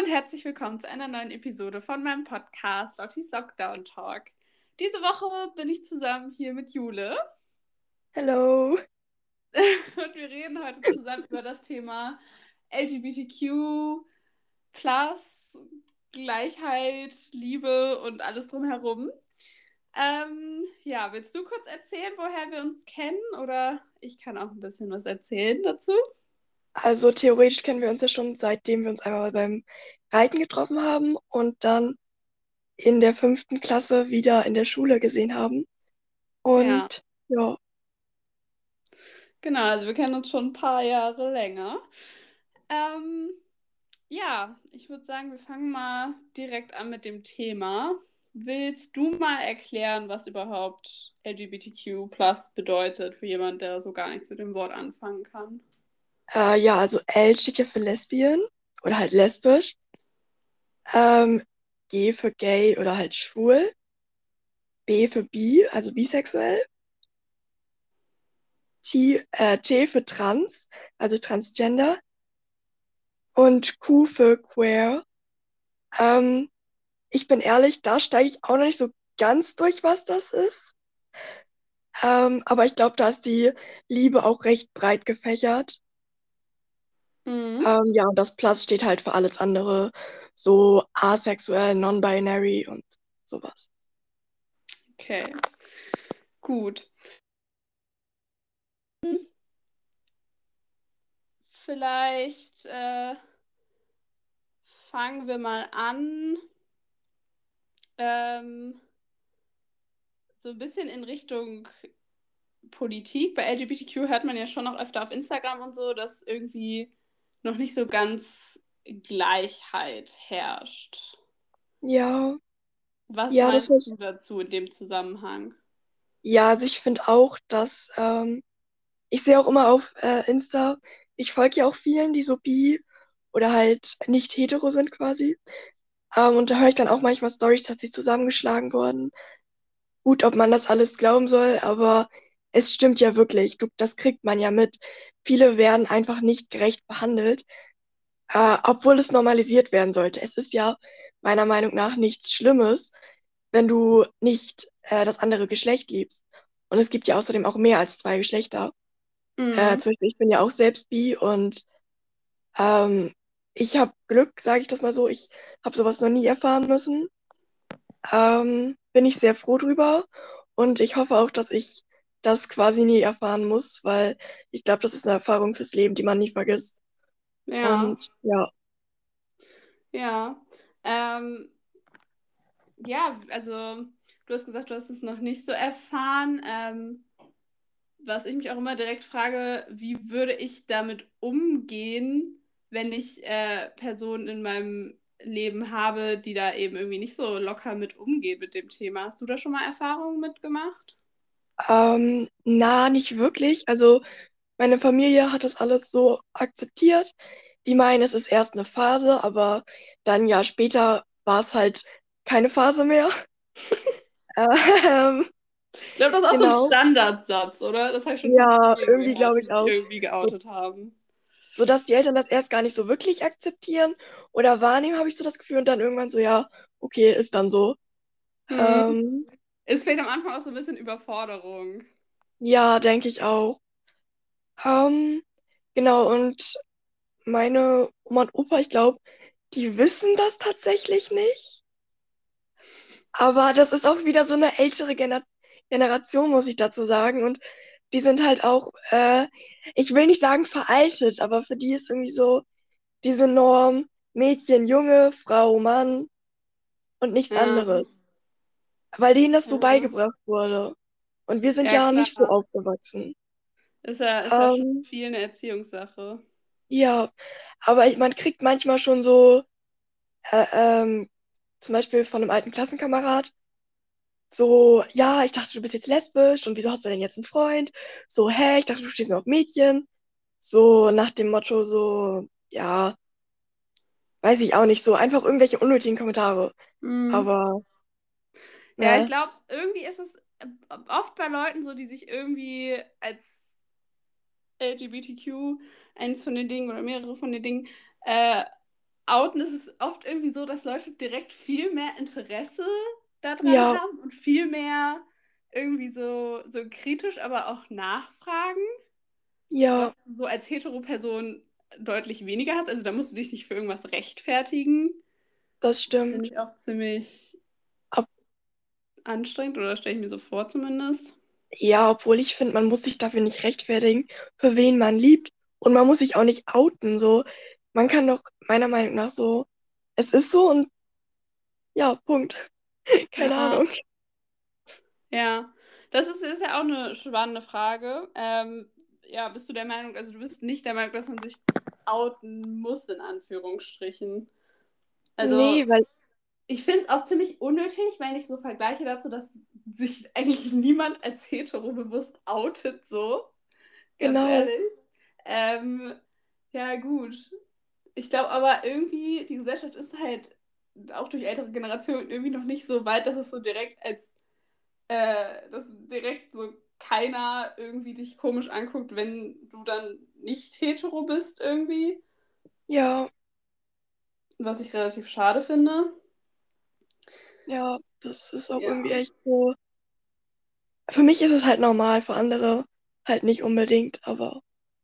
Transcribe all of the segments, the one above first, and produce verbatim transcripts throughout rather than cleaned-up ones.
und herzlich willkommen zu einer neuen Episode von meinem Podcast Lottis Lockdown Talk. Diese Woche bin ich zusammen hier mit Jule. Hello. Und wir reden heute zusammen über das Thema L G B T Q plus, Gleichheit, Liebe und alles drumherum. Ähm, ja, willst du kurz erzählen, woher wir uns kennen? Oder ich kann auch ein bisschen was erzählen dazu. Also theoretisch kennen wir uns ja schon, seitdem wir uns einmal beim Reiten getroffen haben und dann in der fünften Klasse wieder in der Schule gesehen haben. Ja, Und ja, genau, also wir kennen uns schon ein paar Jahre länger. Ähm, ja, ich würde sagen, wir fangen mal direkt an mit dem Thema. Willst du mal erklären, was überhaupt L G B T Q plus bedeutet für jemanden, der so gar nichts mit dem Wort anfangen kann? äh, ja, also L steht ja für Lesbian oder halt lesbisch. Ähm, G für gay oder halt schwul. B für bi, also bisexuell. T, äh, T für trans, also transgender. Und Q für queer. Ähm, Ich bin ehrlich, da steige ich auch noch nicht so ganz durch, was das ist. Ähm, aber ich glaube, da ist die Liebe auch recht breit gefächert. Mhm. Ähm, ja, und das Plus steht halt für alles andere, so asexuell, non-binary und sowas. Okay, gut. Vielleicht äh, fangen wir mal an, ähm, so ein bisschen in Richtung Politik. Bei L G B T Q hört man ja schon noch öfter auf Instagram und so, dass irgendwie noch nicht so ganz Gleichheit herrscht. Ja, Was ja, das meinst ist, du dazu in dem Zusammenhang? ja, also ich finde auch, dass, ähm, ich sehe auch immer auf äh, Insta, ich folge ja auch vielen, die so bi oder halt nicht hetero sind quasi. Ähm, und da höre ich dann auch manchmal Storys, dass sie zusammengeschlagen wurden. Gut, ob man das alles glauben soll, aber es stimmt ja wirklich. Du, das kriegt man ja mit. Viele werden einfach nicht gerecht behandelt, äh, obwohl es normalisiert werden sollte. Es ist ja meiner Meinung nach nichts Schlimmes, wenn du nicht äh, das andere Geschlecht liebst. Und es gibt ja außerdem auch mehr als zwei Geschlechter. Äh, Mhm. zum Beispiel, ich bin ja auch selbst bi und ähm, ich habe Glück, sage ich das mal so. Ich habe sowas noch nie erfahren müssen. Ähm, bin ich sehr froh drüber und ich hoffe auch, dass ich das quasi nie erfahren muss, weil ich glaube, das ist eine Erfahrung fürs Leben, die man nie vergisst. Ja, Und ja, ja. Ähm, ja, also du hast gesagt, du hast es noch nicht so erfahren. Ähm, was ich mich auch immer direkt frage, wie würde ich damit umgehen, wenn ich äh, Personen in meinem Leben habe, die da eben irgendwie nicht so locker mit umgehen mit dem Thema. Hast du da schon mal Erfahrungen mitgemacht? ähm, na, nicht wirklich. Also meine Familie hat das alles so akzeptiert. Die meinen, es ist erst eine Phase, aber dann ein Jahr später war es halt keine Phase mehr. Ähm, Ich glaube, das ist auch so ein genau. Standardsatz, oder? Das habe ich schon von Ja, vielen irgendwie gehört, glaube die ich sich auch. irgendwie geoutet haben. Sodass die Eltern das erst gar nicht so wirklich akzeptieren oder wahrnehmen, habe ich so das Gefühl, und dann irgendwann so, ja, okay, ist dann so. Hm. Ähm, Ist vielleicht am Anfang auch so ein bisschen Überforderung. ja, denke ich auch. Ähm, genau, und meine Oma und Opa, ich glaube, die wissen das tatsächlich nicht. Aber das ist auch wieder so eine ältere Gener Generation, muss ich dazu sagen. Und die sind halt auch, äh, ich will nicht sagen veraltet, aber für die ist irgendwie so diese Norm Mädchen, Junge, Frau, Mann und nichts Ja, anderes. Weil denen das so ja. beigebracht wurde. Und wir sind Ja, ja nicht so klar. aufgewachsen. Ist ja, ist ja schon Ähm, viel eine Erziehungssache. ja, aber ich, man kriegt manchmal schon so, äh, ähm, zum Beispiel von einem alten Klassenkamerad, so, ja, ich dachte, du bist jetzt lesbisch und wieso hast du denn jetzt einen Freund? So, hä, ich dachte, du stehst nur auf Mädchen. So nach dem Motto, so, ja, weiß ich auch nicht, so einfach irgendwelche unnötigen Kommentare. Mhm. Aber, Ja, ich ne, glaube, irgendwie ist es äh, oft bei Leuten so, die sich irgendwie als L G B T Q, eins von den Dingen oder mehrere von den Dingen, äh, outen, ist es oft irgendwie so, dass Leute direkt viel mehr Interesse daran Ja, haben und viel mehr irgendwie so, so kritisch, aber auch nachfragen, was ja, du so als Hetero-Person deutlich weniger hast. Also da musst du dich nicht für irgendwas rechtfertigen. das Das finde stimmt. ich auch ziemlich Ob, anstrengend oder stelle ich mir so vor zumindest. ja, obwohl ich finde, man muss sich dafür nicht rechtfertigen, für wen man liebt. Und man muss sich auch nicht outen. So, man kann doch meiner Meinung nach so, es ist so und ja, Punkt. Keine Ja, Ahnung. ja. Das ist, ist ja auch eine spannende Frage. Ähm, ja, bist du der Meinung, also du bist nicht der Meinung, dass man sich outen muss, in Anführungsstrichen. Also, Nee, weil, ich finde es auch ziemlich unnötig, wenn ich so vergleiche dazu, dass sich eigentlich niemand als hetero bewusst outet, so. Ganz genau, ehrlich. Ähm, ja, gut. Ich glaube aber irgendwie, die Gesellschaft ist halt auch durch ältere Generationen irgendwie noch nicht so weit, dass es so direkt als, äh, dass direkt so keiner irgendwie dich komisch anguckt, wenn du dann nicht hetero bist irgendwie. ja, Was ich relativ schade finde. ja, das ist auch irgendwie Ja. echt so. Für mich ist es halt normal, für andere halt nicht unbedingt, aber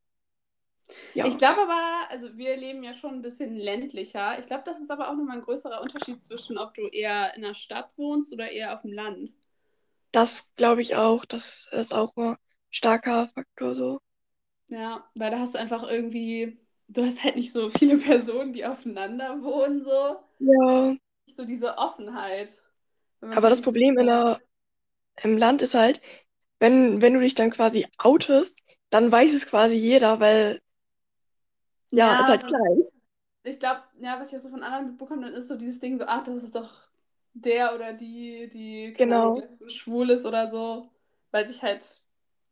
Ich ja, glaube aber, also wir leben ja schon ein bisschen ländlicher. Ich glaube, das ist aber auch nochmal ein größerer Unterschied zwischen, ob du eher in der Stadt wohnst oder eher auf dem Land. das glaube ich auch. Das ist auch ein starker Faktor so. Ja, weil da hast du einfach irgendwie, du hast halt nicht so viele Personen, die aufeinander wohnen, so. Ja, Nicht so diese Offenheit. Wenn man aber halt das nicht so Problem in viele. der, im Land ist halt, wenn, wenn du dich dann quasi outest, dann weiß es quasi jeder, weil ja, ist Ja, halt und klein. ich glaube, ja, was ich auch so von anderen mitbekomme, dann ist so dieses Ding so, ach, das ist doch der oder die, die, keine Ahnung, Genau. lesbisch, schwul ist oder so, weil sich halt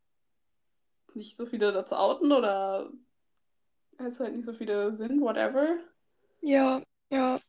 nicht so viele dazu outen oder es halt nicht so viele sind, whatever. Ja, ja,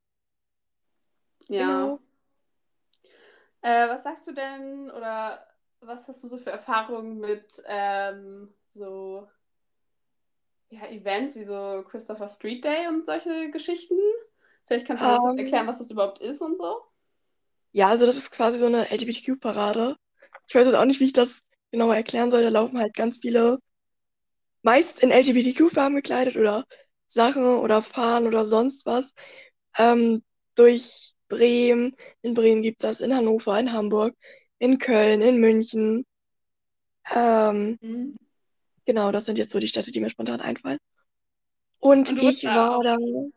Ja. genau. Äh, was sagst du denn oder was hast du so für Erfahrungen mit ähm, so ja, Events wie so Christopher Street Day und solche Geschichten? Vielleicht kannst du mal kurz Ähm, erklären, was das überhaupt ist und so. ja, also das ist quasi so eine L G B T Q-Parade. Ich weiß jetzt auch nicht, wie ich das genauer erklären soll. Da laufen halt ganz viele, meist in L G B T Q-Farben gekleidet oder Sachen oder fahren oder sonst was. Ähm, durch Bremen. In Bremen gibt es das, in Hannover, in Hamburg, in Köln, in München. Ähm, Mhm. genau, das sind jetzt so die Städte, die mir spontan einfallen. Und Und du warst ich da war auch da, schon?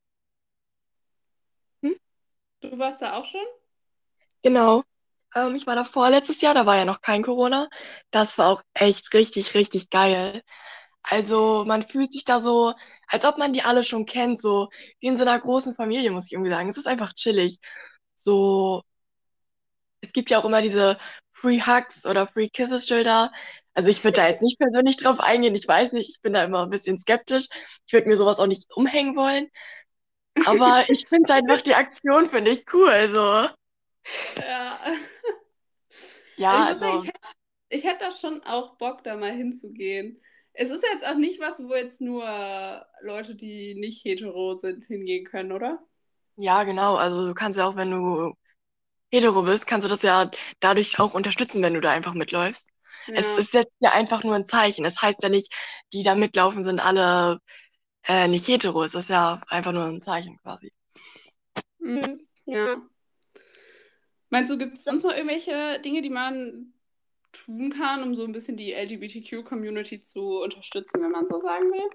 hm? Du warst da auch schon? Genau. Ähm, ich war da vorletztes Jahr, da war ja noch kein Corona. Das war auch echt richtig, richtig geil. Also man fühlt sich da so, als ob man die alle schon kennt, so wie in so einer großen Familie, muss ich irgendwie sagen. Es ist einfach chillig. So, es gibt ja auch immer diese Free Hugs oder Free Kisses Schilder. Also ich würde da jetzt nicht persönlich drauf eingehen. Ich weiß nicht, ich bin da immer ein bisschen skeptisch. Ich würde mir sowas auch nicht umhängen wollen. Aber ich finde einfach die Aktion, finde ich cool. So. Ja. Also Ja, ich muss sagen, ich, also, hätt- ich hätte da schon auch Bock, da mal hinzugehen. Es ist jetzt auch nicht was, wo jetzt nur Leute, die nicht hetero sind, hingehen können, oder? ja, genau. Also du kannst ja auch, wenn du hetero bist, kannst du das ja dadurch auch unterstützen, wenn du da einfach mitläufst. Es Ja. ist jetzt ja einfach nur ein Zeichen. Es heißt ja nicht, die da mitlaufen, sind alle äh, nicht hetero. Es ist ja einfach nur ein Zeichen quasi. Mhm. Ja. Meinst du, gibt es sonst noch irgendwelche Dinge, die man tun kann, um so ein bisschen die L G B T Q-Community zu unterstützen, wenn man so sagen will?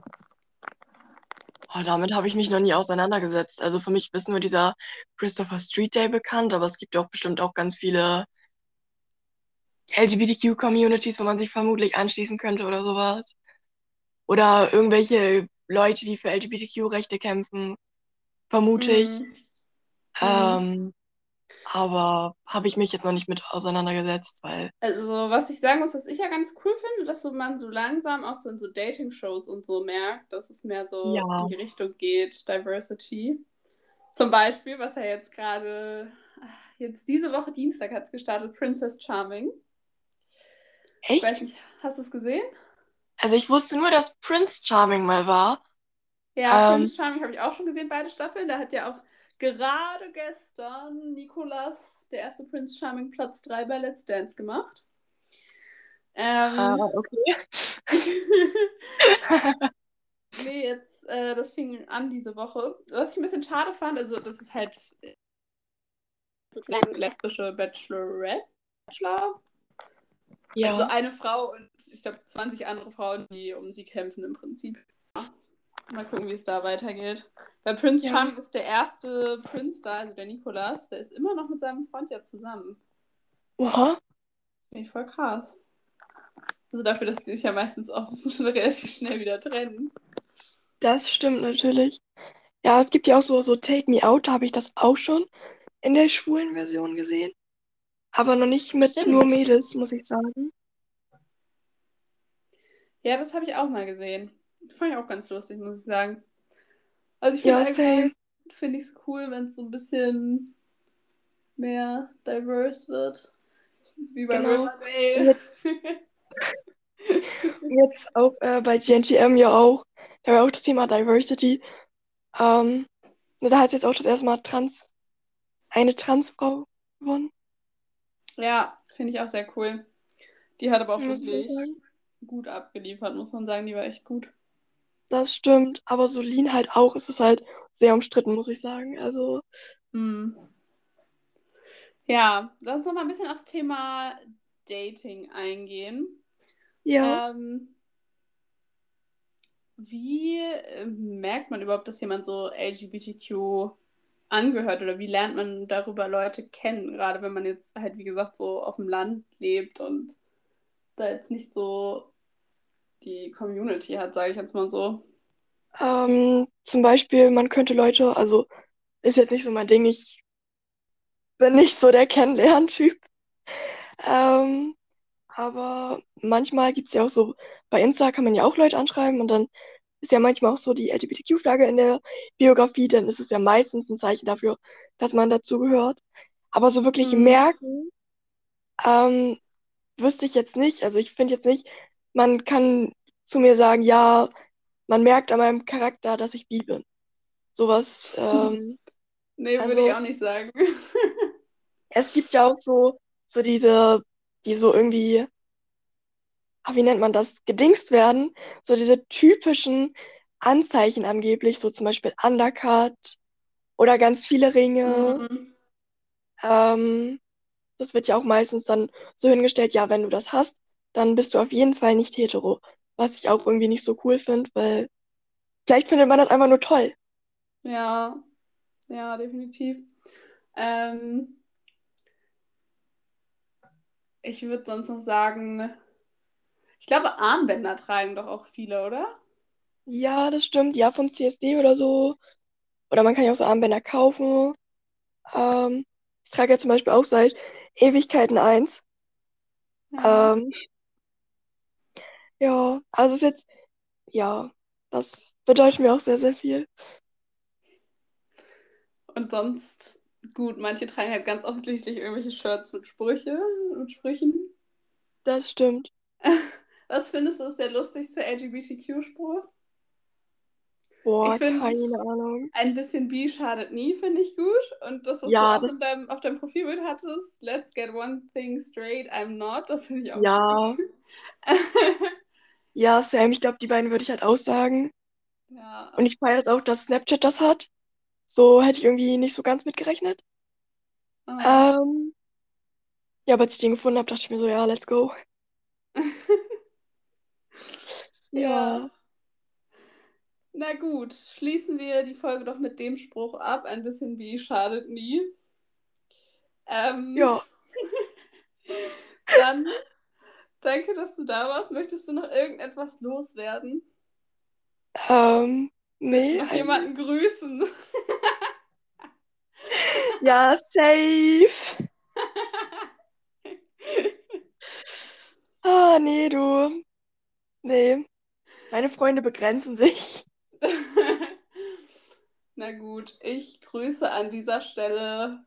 Oh, damit habe ich mich noch nie auseinandergesetzt. Also für mich ist nur dieser Christopher Street Day bekannt, aber es gibt ja auch bestimmt auch ganz viele L G B T Q-Communities, wo man sich vermutlich anschließen könnte oder sowas. Oder irgendwelche Leute, die für L G B T Q-Rechte kämpfen, vermute ich. Mhm. Mhm. Ähm, aber habe ich mich jetzt noch nicht mit auseinandergesetzt, weil Also, was ich sagen muss, was ich ja ganz cool finde, dass so man so langsam auch so in so Dating-Shows und so merkt, dass es mehr so in ja, die Richtung geht, Diversity. Zum Beispiel, was ja jetzt gerade, jetzt diese Woche Dienstag hat es gestartet, Princess Charming. Ich weiß echt? nicht, hast du es gesehen? Also ich wusste nur, dass Prince Charming mal war, Ja, Ähm, Prince Charming habe ich auch schon gesehen, beide Staffeln. Da hat ja auch gerade gestern Nicolas, der erste Prince Charming, Platz drei bei Let's Dance gemacht. ah, Ähm, okay. nee, jetzt, äh, das fing an diese Woche. Was ich ein bisschen schade fand, also das ist halt sozusagen lesbische Bachelorette. Bachelor. Also Ja, eine Frau und ich glaube zwanzig andere Frauen, die um sie kämpfen im Prinzip. Mal gucken, wie es da weitergeht. Weil Prince ja. Charming ist der erste Prince da, also der Nicolas, der ist immer noch mit seinem Freund ja zusammen. Oha, Finde ich voll krass. Also dafür, dass die sich ja meistens auch relativ schnell wieder trennen. das stimmt natürlich. Ja, es gibt ja auch so, so Take Me Out, da habe ich das auch schon in der schwulen Version gesehen. Aber noch nicht mit nur Stimmt. Mädels, muss ich sagen. Ja, das habe ich auch mal gesehen. Fand ich auch ganz lustig, muss ich sagen. Also ich finde Ja, allgemein, same. finde ich es cool, wenn es so ein bisschen mehr diverse wird. Wie bei Genau. Und Riverdale. jetzt, und jetzt auch äh, bei G N T M ja auch. Da war auch das Thema Diversity. Ähm, da hat jetzt auch das erste Mal Trans, eine Transfrau gewonnen, Ja, finde ich auch sehr cool. Die hat aber auch muss man wirklich sagen. gut abgeliefert, muss man sagen. Die war echt gut. Das stimmt. Aber Solin halt auch. Es ist halt sehr umstritten, muss ich sagen. Also, Hm. Ja, lass uns noch mal ein bisschen aufs Thema Dating eingehen. ja. Ähm, wie äh, merkt man überhaupt, dass jemand so L G B T Q angehört oder wie lernt man darüber Leute kennen, gerade wenn man jetzt halt, wie gesagt, so auf dem Land lebt und da jetzt nicht so die Community hat, sage ich jetzt mal so. Ähm, zum Beispiel, man könnte Leute, also ist jetzt nicht so mein Ding, ich bin nicht so der Kennenlerntyp. Ähm, aber manchmal gibt es ja auch so, bei Insta kann man ja auch Leute anschreiben und dann ist ja manchmal auch so die L G B T Q-Flagge in der Biografie, dann ist es ja meistens ein Zeichen dafür, dass man dazugehört. Aber so wirklich Hm. merken, ähm, wüsste ich jetzt nicht. Also ich finde jetzt nicht, man kann zu mir sagen, ja, man merkt an meinem Charakter, dass ich bi bin. Sowas, ähm, Nee, würde ich also auch nicht sagen. es gibt ja auch so, so diese, die so irgendwie, ah, wie nennt man das, gedingst werden, so diese typischen Anzeichen angeblich, so zum Beispiel Undercut oder ganz viele Ringe. Mhm. Ähm, das wird ja auch meistens dann so hingestellt, ja, wenn du das hast, dann bist du auf jeden Fall nicht hetero. Was ich auch irgendwie nicht so cool finde, weil vielleicht findet man das einfach nur toll. Ja, ja, definitiv. Ähm, ich würde sonst noch sagen, ich glaube, Armbänder tragen doch auch viele, oder? Ja, das stimmt, ja, vom C S D oder so. Oder man kann ja auch so Armbänder kaufen. Ähm, ich trage ja zum Beispiel auch seit Ewigkeiten eins. Ja. Ähm, ja, also es ist jetzt, ja, das bedeutet mir auch sehr, sehr viel. Und sonst, gut, manche tragen halt ganz offensichtlich irgendwelche Shirts mit Sprüche, mit Sprüchen. Das stimmt. Was findest du ist der lustigste L G B T Q-Spruch? Ich Boah, finde, keine Ahnung. ein bisschen bi schadet nie, finde ich gut. Und das, was du Ja, auch in das, deinem, auf deinem Profilbild hattest, let's get one thing straight, I'm not, das finde ich auch gut. ja, ja, Sam, ich glaube, die beiden würde ich halt aussagen. Und Ja. ich feiere das auch, dass Snapchat das hat. So hätte ich irgendwie nicht so ganz mitgerechnet. Ah. Ähm, ja, aber als ich den gefunden habe, dachte ich mir so, ja, let's go. Ja. Ja, Na gut, schließen wir die Folge doch mit dem Spruch ab. Ein bisschen bi schadet nie. Ähm, ja, dann danke, dass du da warst. Möchtest du noch irgendetwas loswerden? ähm, Willst du nee, noch eigentlich. jemanden grüßen? Ja, safe. Ah, nee, du. Nee, meine Freunde begrenzen sich. Na gut, ich grüße an dieser Stelle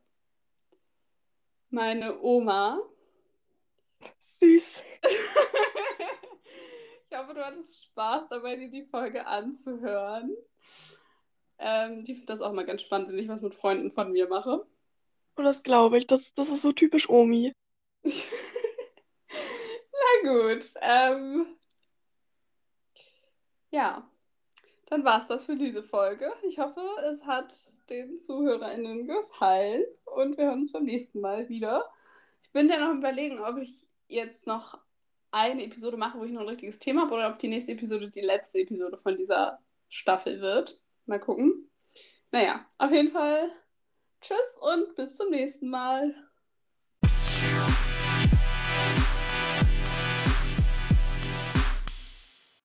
meine Oma. Süß. Ich hoffe, du hattest Spaß dabei, dir die Folge anzuhören. Ähm, ich finde das auch mal ganz spannend, wenn ich was mit Freunden von mir mache. Und das glaube ich. Das, das ist so typisch Omi. Na gut. Ähm, ja, dann war es das für diese Folge. Ich hoffe, es hat den ZuhörerInnen gefallen und wir hören uns beim nächsten Mal wieder. Ich bin ja noch am Überlegen, ob ich jetzt noch eine Episode mache, wo ich noch ein richtiges Thema habe, oder ob die nächste Episode die letzte Episode von dieser Staffel wird. Mal gucken. Naja, auf jeden Fall tschüss und bis zum nächsten Mal.